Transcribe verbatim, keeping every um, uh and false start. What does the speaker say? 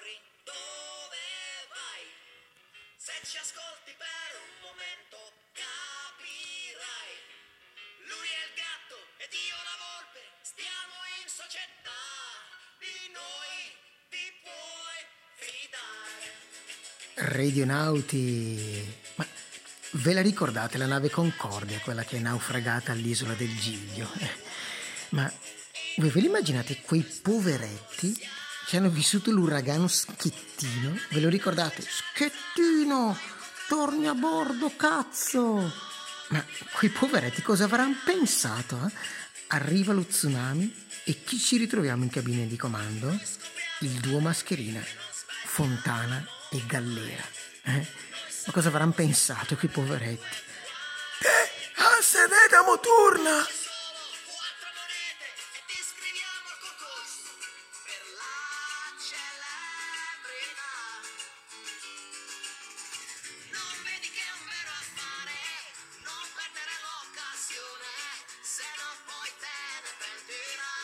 fuori, dove vai? Se ci ascolti per un momento capirai. Lui è il gatto ed io la volpe, stiamo in società, di noi ti puoi fidare. Radionauti, ma ve la ricordate la nave Concordia, quella che è naufragata all'isola del Giglio? Eh, ma voi ve l'immaginate quei poveretti che hanno vissuto l'uragano Schettino? Ve lo ricordate? Schettino, torni a bordo, cazzo! Ma quei poveretti cosa avranno pensato? Eh? Arriva lo tsunami e chi ci ritroviamo in cabina di comando? Il duo mascherina, Fontana e Gallera. Eh? Ma cosa avranno pensato quei poveretti? Te, a sedeta moturna! Se non poi te ne pentirai.